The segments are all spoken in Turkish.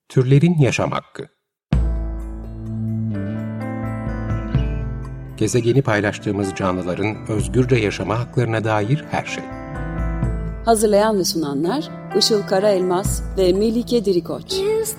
Türlerin yaşam hakkı. Gezegeni paylaştığımız canlıların özgürce yaşama haklarına dair her şey. Hazırlayan ve sunanlar Işıl Karaelmaz ve Melike Dirikoç.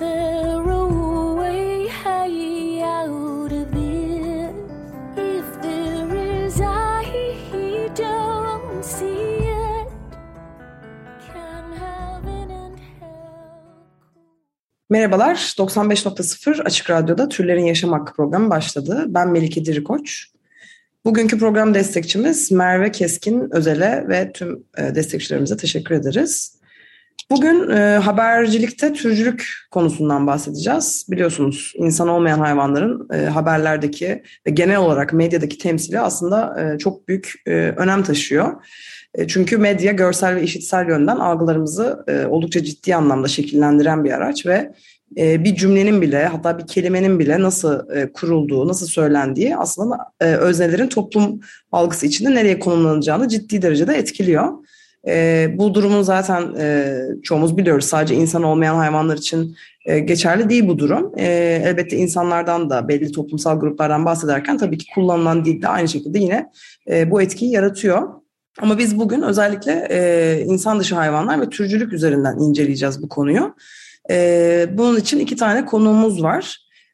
Merhabalar, 95.0 Açık Radyo'da Türlerin Yaşam Hakkı programı başladı. Ben Melike Dirikoç. Bugünkü program destekçimiz Merve Keskin Özel'e ve tüm destekçilerimize teşekkür ederiz. Bugün habercilikte türcülük konusundan bahsedeceğiz. Biliyorsunuz insan olmayan hayvanların haberlerdeki ve genel olarak medyadaki temsili aslında çok büyük önem taşıyor. Çünkü medya görsel ve işitsel yönden algılarımızı oldukça ciddi anlamda şekillendiren bir araç ve bir cümlenin bile hatta bir kelimenin bile nasıl kurulduğu, nasıl söylendiği aslında öznelerin toplum algısı içinde nereye konumlanacağını ciddi derecede etkiliyor. Bu durumun zaten çoğumuz biliyoruz, sadece insan olmayan hayvanlar için geçerli değil bu durum. Elbette insanlardan da belli toplumsal gruplardan bahsederken tabii ki kullanılan dil de aynı şekilde yine bu etkiyi yaratıyor. Ama biz bugün özellikle insan dışı hayvanlar ve türcülük üzerinden inceleyeceğiz bu konuyu. Bunun için iki tane konuğumuz var.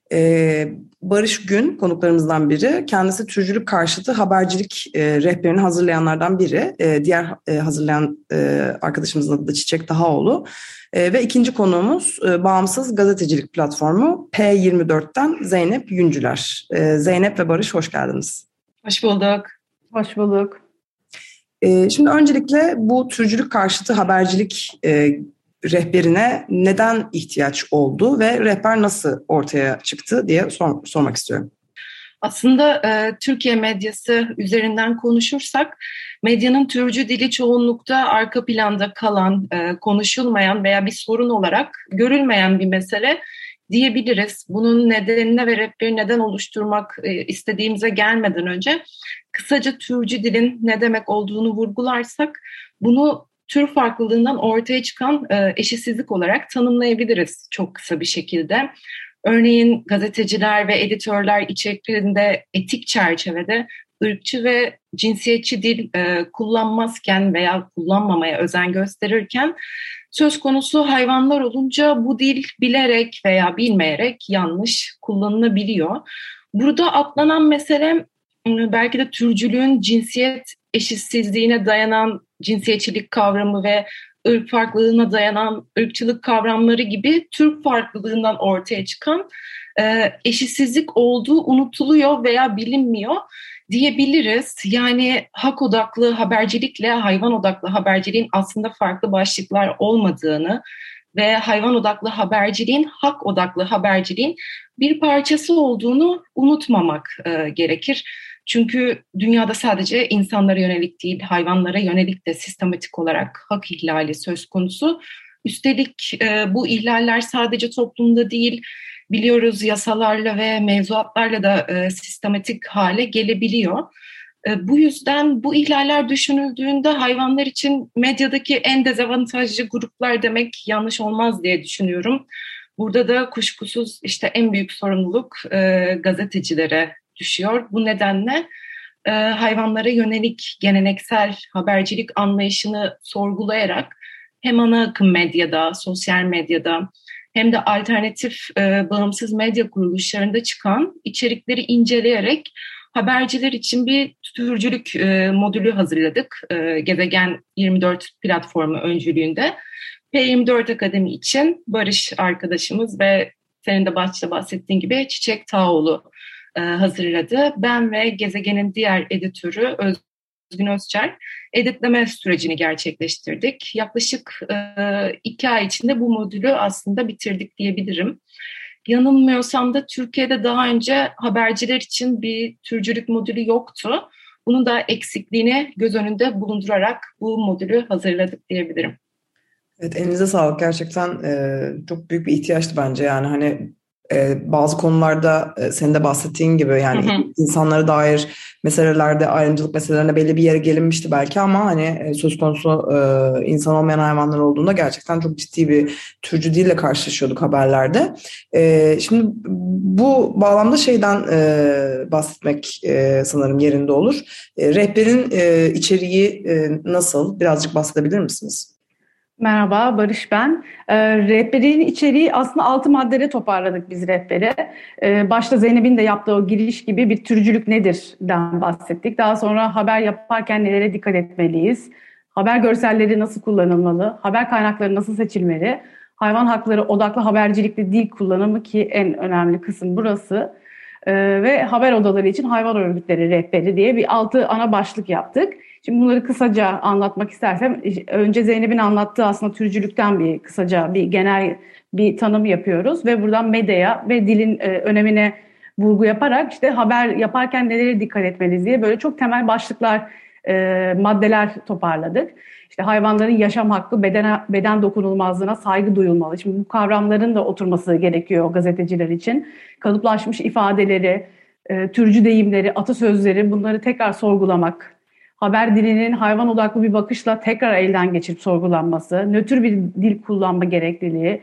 Barış Gün konuklarımızdan biri. Kendisi türcülük karşıtı habercilik rehberini hazırlayanlardan biri. Diğer hazırlayan arkadaşımızın adı da Çiçek Dahaoğlu. Ve ikinci konuğumuz bağımsız gazetecilik platformu P24'ten Zeynep Yüncüler. Zeynep ve Barış, hoş geldiniz. Hoş bulduk. Hoş bulduk. Şimdi öncelikle bu türcülük karşıtı habercilik rehberine neden ihtiyaç oldu ve rehber nasıl ortaya çıktı diye sormak istiyorum. Aslında Türkiye medyası üzerinden konuşursak medyanın türcü dili çoğunlukta arka planda kalan, konuşulmayan veya bir sorun olarak görülmeyen bir mesele diyebiliriz. Bunun nedenine ve rehberi neden oluşturmak istediğimize gelmeden önce kısaca türcü dilin ne demek olduğunu vurgularsak bunu tür farklılığından ortaya çıkan eşitsizlik olarak tanımlayabiliriz çok kısa bir şekilde. Örneğin gazeteciler ve editörler içeriklerinde etik çerçevede ırkçı ve cinsiyetçi dil kullanmazken veya kullanmamaya özen gösterirken söz konusu hayvanlar olunca bu dil bilerek veya bilmeyerek yanlış kullanılabiliyor. Burada atlanan mesele belki de türcülüğün cinsiyet eşitsizliğine dayanan cinsiyetçilik kavramı ve ırk farklılığına dayanan ırkçılık kavramları gibi Türk farklılığından ortaya çıkan eşitsizlik olduğu unutuluyor veya bilinmiyor diyebiliriz. Yani hak odaklı habercilikle hayvan odaklı haberciliğin aslında farklı başlıklar olmadığını ve hayvan odaklı haberciliğin hak odaklı haberciliğin bir parçası olduğunu unutmamak gerekir. Çünkü dünyada sadece insanlara yönelik değil, hayvanlara yönelik de sistematik olarak hak ihlali söz konusu. Üstelik bu ihlaller sadece toplumda değil, biliyoruz yasalarla ve mevzuatlarla da sistematik hale gelebiliyor. Bu yüzden bu ihlaller düşünüldüğünde hayvanlar için medyadaki en dezavantajlı gruplar demek yanlış olmaz diye düşünüyorum. Burada da kuşkusuz işte en büyük sorumluluk gazetecilere düşüyor. Bu nedenle hayvanlara yönelik geleneksel habercilik anlayışını sorgulayarak hem ana akım medyada, sosyal medyada hem de alternatif bağımsız medya kuruluşlarında çıkan içerikleri inceleyerek haberciler için bir türcülük modülü hazırladık. Gezegen 24 platformu öncülüğünde. P24 Akademi için Barış arkadaşımız ve senin de başta bahsettiğin gibi Çiçek Dahaoğlu hazırladı. Ben ve Gezegen'in diğer editörü Özgün Özçer editleme sürecini gerçekleştirdik. Yaklaşık 2 ay içinde bu modülü aslında bitirdik diyebilirim. Yanılmıyorsam da Türkiye'de daha önce haberciler için bir türcülük modülü yoktu. Bunun da eksikliğini göz önünde bulundurarak bu modülü hazırladık diyebilirim. Evet, elinize sağlık. Gerçekten çok büyük bir ihtiyaçtı bence. Yani hani Bazı konularda senin de bahsettiğin gibi yani insanlara dair meselelerde ayrımcılık meselelerine belli bir yere gelinmişti belki ama hani söz konusu insan olmayan hayvanlar olduğunda gerçekten çok ciddi bir türcü dille karşılaşıyorduk haberlerde. Şimdi bu bağlamda şeyden bahsetmek sanırım yerinde olur. Rehberin içeriği nasıl? Birazcık bahsedebilir misiniz? Merhaba, Barış ben. Rehberin içeriği aslında 6 maddede toparladık biz rehberi. Başta Zeynep'in de yaptığı o giriş gibi bir türcülük nedir'den bahsettik. Daha sonra haber yaparken nelere dikkat etmeliyiz? Haber görselleri nasıl kullanılmalı? Haber kaynakları nasıl seçilmeli? Hayvan hakları odaklı habercilikte dil kullanımı ki en önemli kısım burası. Ve haber odaları için hayvan örgütleri rehberi diye bir 6 ana başlık yaptık. Şimdi bunları kısaca anlatmak istersem, önce Zeynep'in anlattığı aslında türcülükten kısaca genel bir tanım yapıyoruz ve buradan medyaya ve dilin önemine vurgu yaparak işte haber yaparken nelere dikkat etmeliyiz diye böyle çok temel başlıklar, maddeler toparladık. İşte hayvanların yaşam hakkı, beden dokunulmazlığına saygı duyulmalı. Şimdi bu kavramların da oturması gerekiyor gazeteciler için. Kalıplaşmış ifadeleri, türcü deyimleri, atasözleri bunları tekrar sorgulamak. Haber dilinin hayvan odaklı bir bakışla tekrar elden geçirip sorgulanması, nötr bir dil kullanma gerekliliği,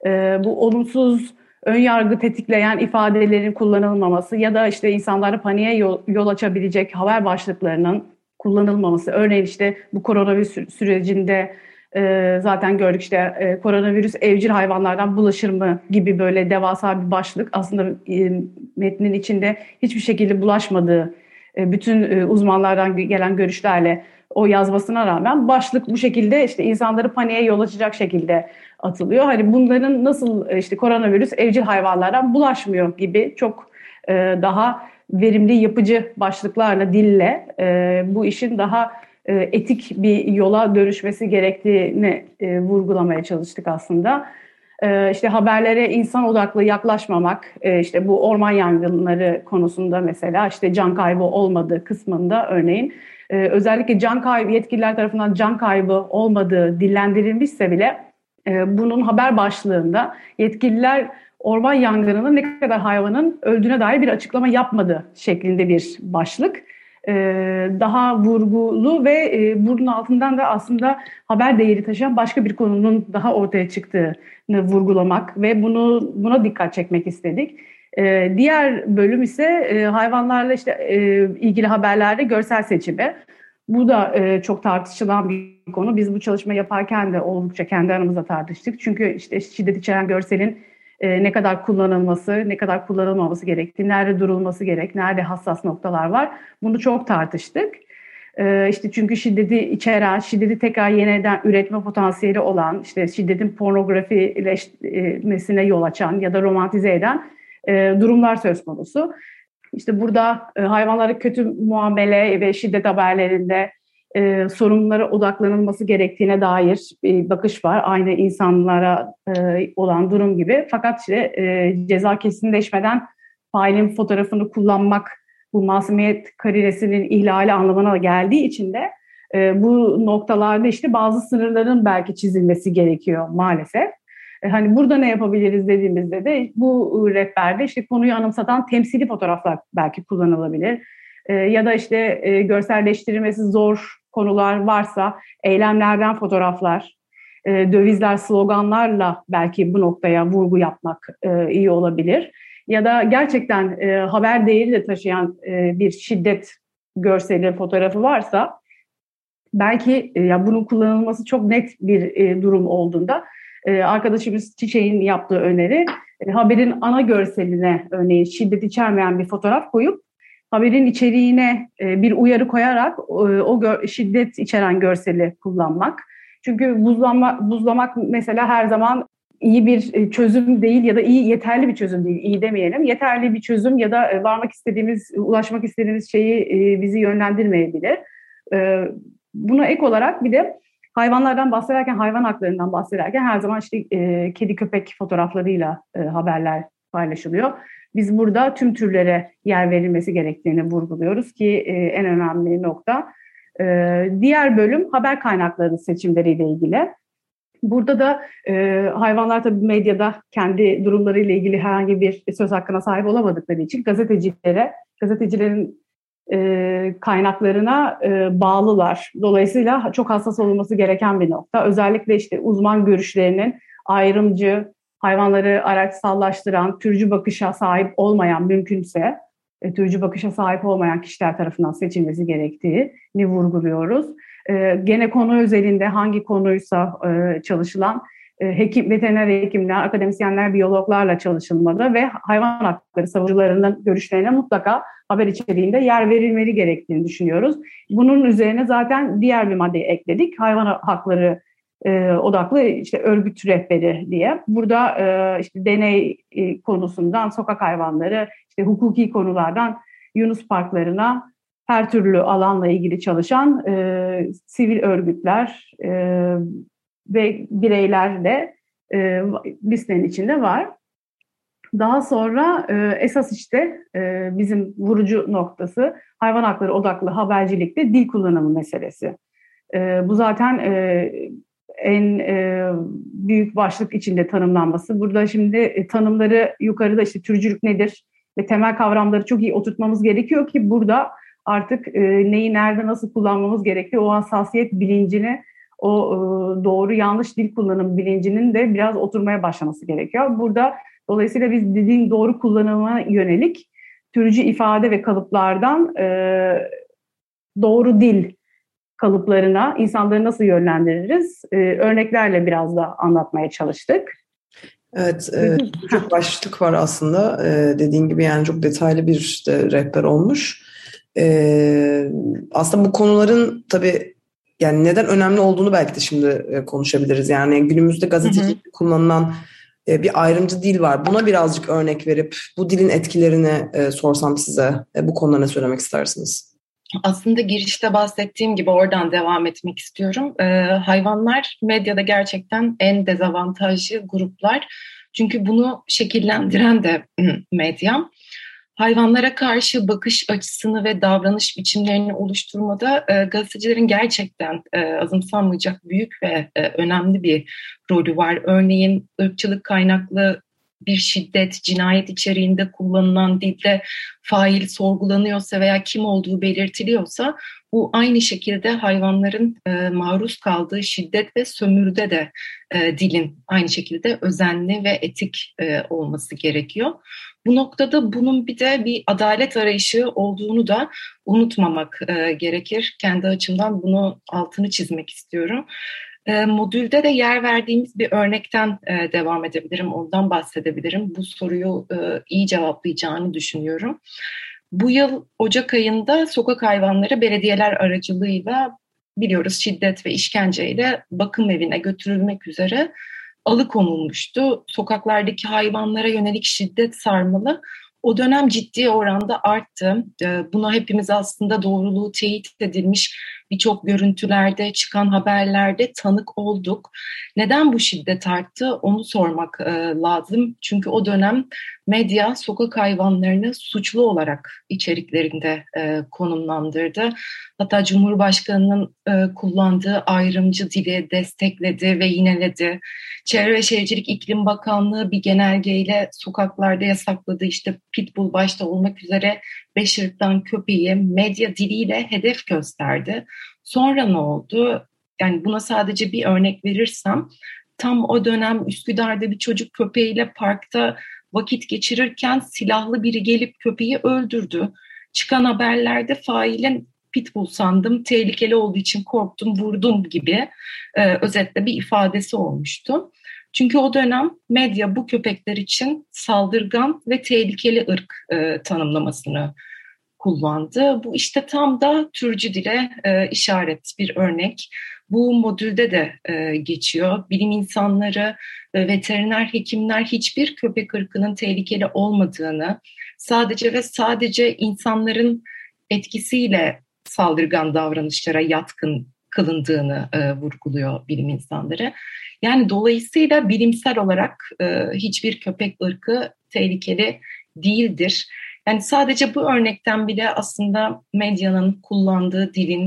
bu olumsuz ön yargı tetikleyen ifadelerin kullanılmaması ya da işte insanlara paniğe yol açabilecek haber başlıklarının kullanılmaması. Örneğin işte bu koronavirüs sürecinde zaten gördük işte koronavirüs evcil hayvanlardan bulaşır mı gibi böyle devasa bir başlık. Aslında metnin içinde hiçbir şekilde bulaşmadığı, bütün uzmanlardan gelen görüşlerle o yazmasına rağmen başlık bu şekilde işte insanları paniğe yol açacak şekilde atılıyor. Hani bunların nasıl işte koronavirüs evcil hayvanlardan bulaşmıyor gibi çok daha verimli, yapıcı başlıklarla, dille bu işin daha etik bir yola dönüşmesi gerektiğini vurgulamaya çalıştık aslında. İşte haberlere insan odaklı yaklaşmamak, işte bu orman yangınları konusunda mesela işte can kaybı olmadığı kısmında örneğin özellikle can kaybı, yetkililer tarafından can kaybı olmadığı dillendirilmişse bile bunun haber başlığında yetkililer orman yangınının ne kadar hayvanın öldüğüne dair bir açıklama yapmadı şeklinde bir başlık. Daha vurgulu ve bunun altından da aslında haber değeri taşıyan başka bir konunun daha ortaya çıktığını vurgulamak ve buna dikkat çekmek istedik. Diğer bölüm ise hayvanlarla işte ilgili haberlerde görsel seçimi. Bu da çok tartışılan bir konu. Biz bu çalışma yaparken de oldukça kendi aramızda tartıştık. Çünkü işte şiddet içeren görselin ne kadar kullanılması, ne kadar kullanılmaması gerektiği, nerede durulması gerek, nerede hassas noktalar var. Bunu çok tartıştık. İşte çünkü şiddeti içeren, şiddeti tekrar yeniden üretme potansiyeli olan, işte şiddetin pornografileşmesine yol açan ya da romantize eden durumlar söz konusu. İşte burada hayvanlara kötü muamele ve şiddet haberlerinde sorunlara odaklanılması gerektiğine dair bir bakış var. Aynı insanlara olan durum gibi. Fakat işte ceza kesinleşmeden failin fotoğrafını kullanmak bu masumiyet kariresinin ihlali anlamına geldiği için de bu noktalarda işte bazı sınırların belki çizilmesi gerekiyor maalesef. Hani burada ne yapabiliriz dediğimizde de bu rehberde işte konuyu anımsatan temsili fotoğraflar belki kullanılabilir. Ya da işte görselleştirilmesi zor konular varsa eylemlerden fotoğraflar, dövizler, sloganlarla belki bu noktaya vurgu yapmak iyi olabilir. Ya da gerçekten haber değeri de taşıyan bir şiddet görseli, fotoğrafı varsa belki ya bunun kullanılması çok net bir durum olduğunda arkadaşımız Çiçek'in yaptığı öneri haberin ana görseline örneğin şiddet içermeyen bir fotoğraf koyup haberin içeriğine bir uyarı koyarak şiddet içeren görseli kullanmak. Çünkü buzlamak mesela her zaman iyi bir çözüm değil ya da yeterli bir çözüm değil. İyi demeyelim. Yeterli bir çözüm ya da ulaşmak istediğimiz şeyi bizi yönlendirmeyebilir. Buna ek olarak bir de hayvanlardan bahsederken, hayvan haklarından bahsederken her zaman işte kedi köpek fotoğraflarıyla haberler paylaşılıyor. Biz burada tüm türlere yer verilmesi gerektiğini vurguluyoruz ki en önemli nokta. Diğer bölüm haber kaynakları seçimleriyle ilgili. Burada da hayvanlar tabii medyada kendi durumlarıyla ilgili herhangi bir söz hakkına sahip olamadıkları için gazetecilerin kaynaklarına bağlılar. Dolayısıyla çok hassas olunması gereken bir nokta. Özellikle işte uzman görüşlerinin ayrımcı, hayvanları araçsallaştıran, türcü bakışa sahip olmayan, mümkünse türcü bakışa sahip olmayan kişiler tarafından seçilmesi gerektiğini vurguluyoruz. Gene konu özelinde hangi konuysa çalışılan veteriner hekimler, akademisyenler, biyologlarla çalışılmalı ve hayvan hakları savunucularının görüşlerine mutlaka haber içeriğinde yer verilmeli gerektiğini düşünüyoruz. Bunun üzerine zaten diğer bir madde ekledik. Hayvan hakları odaklı işte örgüt rehberi diye. Burada işte deney konusundan sokak hayvanları, işte hukuki konulardan Yunus parklarına her türlü alanla ilgili çalışan sivil örgütler ve bireyler de listenin içinde var. Daha sonra esas işte bizim vurucu noktası hayvan hakları odaklı habercilikte dil kullanımı meselesi. Bu zaten en büyük başlık içinde tanımlanması. Burada şimdi tanımları yukarıda işte türcülük nedir ve temel kavramları çok iyi oturtmamız gerekiyor ki burada artık neyi nerede nasıl kullanmamız gerekiyor, o hassasiyet bilincini, o doğru yanlış dil kullanım bilincinin de biraz oturmaya başlaması gerekiyor. Burada dolayısıyla biz dilin doğru kullanımına yönelik türcü ifade ve kalıplardan doğru dil kalıplarına insanları nasıl yönlendiririz? Örneklerle biraz da anlatmaya çalıştık. Evet, çok başlık var aslında. Dediğin gibi yani çok detaylı bir rehber olmuş. Aslında bu konuların tabii yani neden önemli olduğunu belki de şimdi konuşabiliriz. Yani günümüzde gazetecilikte kullanılan bir ayrımcı dil var. Buna birazcık örnek verip bu dilin etkilerini sorsam size bu konuda ne söylemek istersiniz? Aslında girişte bahsettiğim gibi oradan devam etmek istiyorum. Hayvanlar medyada gerçekten en dezavantajlı gruplar. Çünkü bunu şekillendiren de medya. Hayvanlara karşı bakış açısını ve davranış biçimlerini oluşturmada gazetecilerin gerçekten azımsanmayacak büyük ve önemli bir rolü var. Örneğin ırkçılık kaynaklı bir şiddet, cinayet içeriğinde kullanılan dilde fail sorgulanıyorsa veya kim olduğu belirtiliyorsa bu aynı şekilde hayvanların maruz kaldığı şiddet ve sömürüde de dilin aynı şekilde özenli ve etik olması gerekiyor. Bu noktada bunun bir de bir adalet arayışı olduğunu da unutmamak gerekir. Kendi açımdan bunu altını çizmek istiyorum. Modülde de yer verdiğimiz bir örnekten devam edebilirim, ondan bahsedebilirim. Bu soruyu iyi cevaplayacağını düşünüyorum. Bu yıl Ocak ayında sokak hayvanları belediyeler aracılığıyla biliyoruz şiddet ve işkenceyle bakım evine götürülmek üzere alıkonulmuştu. Sokaklardaki hayvanlara yönelik şiddet sarmalı o dönem ciddi oranda arttı. Buna hepimiz aslında doğruluğu teyit edilmiş birçok görüntülerde, çıkan haberlerde tanık olduk. Neden bu şiddet arttı onu sormak lazım. Çünkü o dönem medya sokak hayvanlarını suçlu olarak içeriklerinde konumlandırdı. Hatta Cumhurbaşkanı'nın kullandığı ayrımcı dili destekledi ve yineledi. Çevre ve Şehircilik İklim Bakanlığı bir genelgeyle sokaklarda yasakladı. İşte pitbull başta olmak üzere 5 ırktan köpeği medya diliyle hedef gösterdi. Sonra ne oldu? Yani buna sadece bir örnek verirsem, tam o dönem Üsküdar'da bir çocuk köpeğiyle parkta vakit geçirirken silahlı biri gelip köpeği öldürdü. Çıkan haberlerde failin pitbull sandım, tehlikeli olduğu için korktum, vurdum gibi özetle bir ifadesi olmuştu. Çünkü o dönem medya bu köpekler için saldırgan ve tehlikeli ırk tanımlamasını kullandı. Bu işte tam da türcü dile işaret bir örnek. Bu modülde de geçiyor. Bilim insanları ve veteriner hekimler hiçbir köpek ırkının tehlikeli olmadığını, sadece ve sadece insanların etkisiyle saldırgan davranışlara yatkın kılındığını vurguluyor bilim insanları. Yani dolayısıyla bilimsel olarak hiçbir köpek ırkı tehlikeli değildir. Yani sadece bu örnekten bile aslında medyanın kullandığı dilin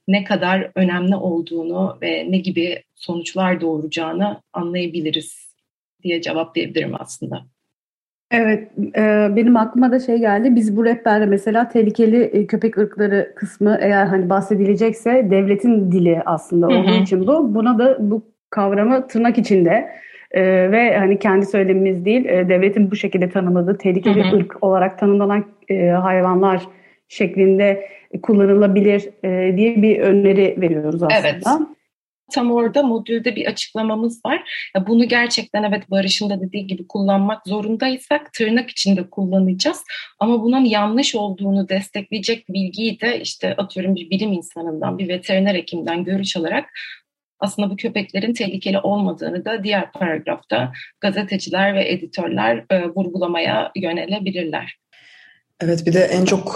ne kadar önemli olduğunu ve ne gibi sonuçlar doğuracağını anlayabiliriz diye cevaplayabilirim aslında. Evet, benim aklıma da şey geldi. Biz bu rehberde mesela tehlikeli köpek ırkları kısmı eğer hani bahsedilecekse devletin dili aslında olduğu için buna da bu kavramı tırnak içinde ve hani kendi söylemimiz değil, devletin bu şekilde tanımladığı tehlikeli ırk olarak tanımlanan hayvanlar şeklinde kullanılabilir diye bir öneri veriyoruz aslında. Evet. Tam orada modülde bir açıklamamız var. Ya bunu gerçekten evet Barış'ın da dediği gibi kullanmak zorundaysak tırnak içinde kullanacağız. Ama bunun yanlış olduğunu destekleyecek bilgiyi de işte atıyorum bir bilim insanından, bir veteriner hekimden görüş alarak aslında bu köpeklerin tehlikeli olmadığını da diğer paragrafta gazeteciler ve editörler vurgulamaya yönelebilirler. Evet, bir de en çok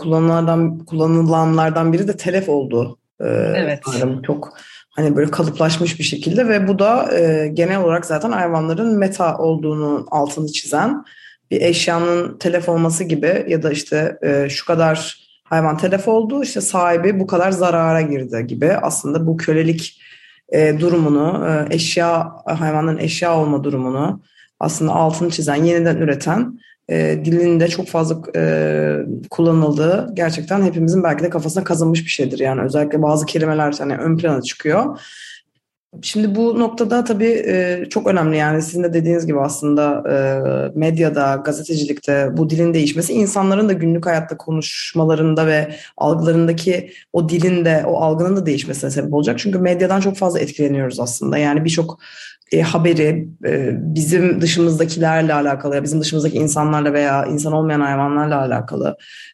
kullanılanlardan biri de telef oldu. Evet. Sanırım çok hani böyle kalıplaşmış bir şekilde ve bu da genel olarak zaten hayvanların meta olduğunu altını çizen bir eşyanın telef olması gibi ya da işte şu kadar hayvan telef oldu, işte sahibi bu kadar zarara girdi gibi aslında bu kölelik durumunu, hayvanların eşya olma durumunu aslında altını çizen, yeniden üreten, dilinde çok fazla kullanıldığı gerçekten hepimizin belki de kafasına kazınmış bir şeydir. Yani özellikle bazı kelimeler hani ön plana çıkıyor. Şimdi bu noktada tabii çok önemli, yani sizin de dediğiniz gibi aslında medyada, gazetecilikte bu dilin değişmesi insanların da günlük hayatta konuşmalarında ve algılarındaki o dilin de, o algının da değişmesine sebep olacak. Çünkü medyadan çok fazla etkileniyoruz aslında. Yani birçok haberi bizim dışımızdakilerle alakalı, bizim dışımızdaki insanlarla veya insan olmayan hayvanlarla alakalı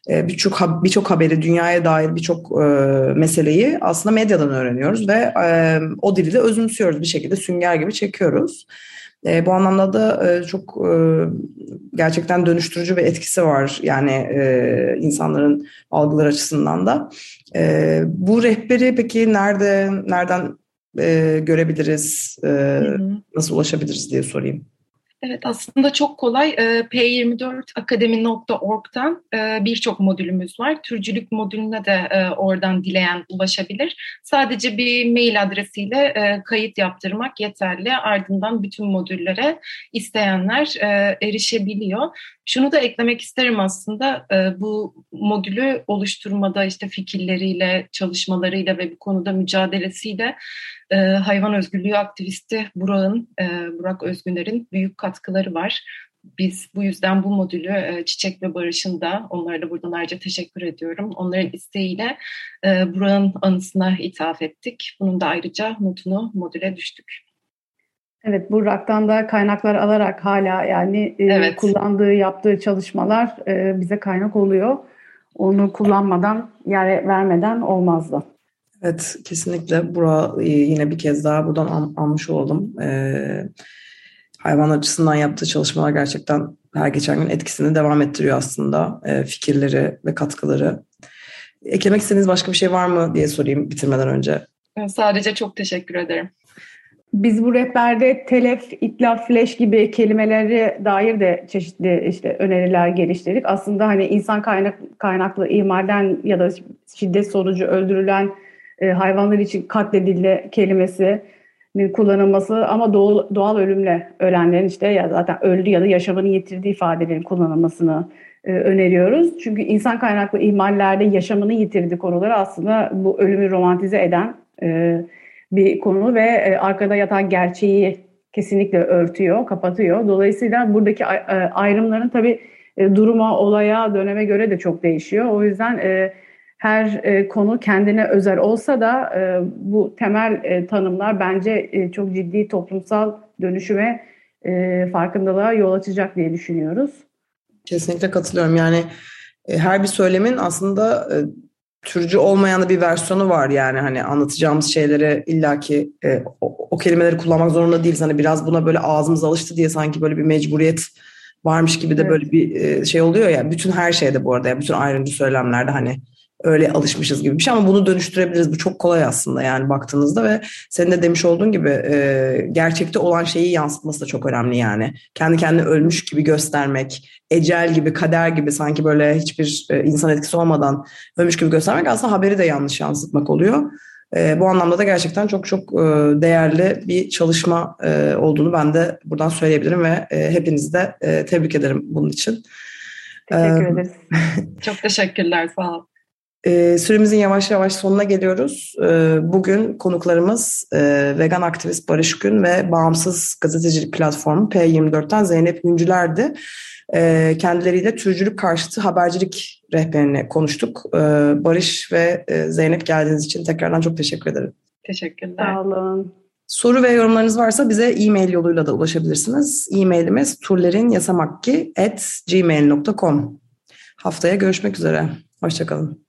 birçok haberi, dünyaya dair birçok meseleyi aslında medyadan öğreniyoruz ve o dili de özümsüyoruz, bir şekilde sünger gibi çekiyoruz. Bu anlamda da çok gerçekten dönüştürücü bir etkisi var yani insanların algılar açısından da. Bu rehberi peki nereden görebiliriz, nasıl ulaşabiliriz diye sorayım. Evet, aslında çok kolay. P24akademi.org'dan birçok modülümüz var. Türcülük modülüne de oradan dileyen ulaşabilir. Sadece bir mail adresiyle kayıt yaptırmak yeterli. Ardından bütün modüllere isteyenler erişebiliyor. Şunu da eklemek isterim aslında, bu modülü oluşturmada işte fikirleriyle, çalışmalarıyla ve bu konuda mücadelesiyle hayvan özgürlüğü aktivisti Burak Özgüner'in büyük katkıları var. Biz bu yüzden bu modülü Çiçek ve Barış'ın da, onlara da buradan ayrıca teşekkür ediyorum. Onların isteğiyle Burak'ın anısına ithaf ettik. Bunun da ayrıca notunu modüle düştük. Evet, Burak'tan da kaynaklar alarak hala yani evet. Kullandığı, yaptığı çalışmalar bize kaynak oluyor. Onu kullanmadan, yer vermeden olmazdı. Evet, kesinlikle. Burak'ı yine bir kez daha buradan almış olalım. Hayvan açısından yaptığı çalışmalar gerçekten her geçen gün etkisini devam ettiriyor aslında. Fikirleri ve katkıları. Eklemek istediğiniz başka bir şey var mı diye sorayım bitirmeden önce. Sadece çok teşekkür ederim. Biz bu rehberde telef, itlaf, flash gibi kelimelere dair de çeşitli işte öneriler geliştirdik. Aslında hani insan kaynaklı ihmalden ya da şiddet sonucu öldürülen hayvanlar için katledildi kelimesinin kullanılması ama doğal ölümle ölenlerin işte ya zaten öldü ya da yaşamını yitirdiği ifadelerin kullanılmasını öneriyoruz. Çünkü insan kaynaklı ihmallerde yaşamını yitirdiği konuları aslında bu ölümü romantize eden bir konu ve arkada yatan gerçeği kesinlikle örtüyor, kapatıyor. Dolayısıyla buradaki ayrımların tabii duruma, olaya, döneme göre de çok değişiyor. O yüzden her konu kendine özel olsa da bu temel tanımlar bence çok ciddi toplumsal dönüşüme, farkındalığa yol açacak diye düşünüyoruz. Kesinlikle katılıyorum. Yani her bir söylemin aslında türcü olmayan da bir versiyonu var, yani hani anlatacağımız şeylere illaki o kelimeleri kullanmak zorunda değiliz. Hani biraz buna böyle ağzımız alıştı diye sanki böyle bir mecburiyet varmış gibi de böyle bir şey oluyor ya. Bütün her şeyde bu arada, ya bütün ayrımcı söylemlerde hani öyle alışmışız gibi bir şey ama bunu dönüştürebiliriz. Bu çok kolay aslında yani baktığınızda ve senin de demiş olduğun gibi gerçekte olan şeyi yansıtması da çok önemli yani. Kendi kendine ölmüş gibi göstermek, ecel gibi, kader gibi sanki böyle hiçbir insan etkisi olmadan ölmüş gibi göstermek aslında haberi de yanlış yansıtmak oluyor. Bu anlamda da gerçekten çok çok değerli bir çalışma olduğunu ben de buradan söyleyebilirim ve hepinizi de tebrik ederim bunun için. Teşekkür ederiz. Çok teşekkürler, sağ ol. Süremizin yavaş yavaş sonuna geliyoruz. Bugün konuklarımız vegan aktivist Barış Gün ve bağımsız gazetecilik platformu P24'ten Zeynep Güncüler'di. Kendileriyle türcülük karşıtı habercilik rehberini konuştuk. Barış ve Zeynep geldiğiniz için tekrardan çok teşekkür ederim. Teşekkürler. Sağ olun. Soru ve yorumlarınız varsa bize e-mail yoluyla da ulaşabilirsiniz. E-mailimiz turlerinyasamakki@gmail.com. Haftaya görüşmek üzere. Hoşça kalın.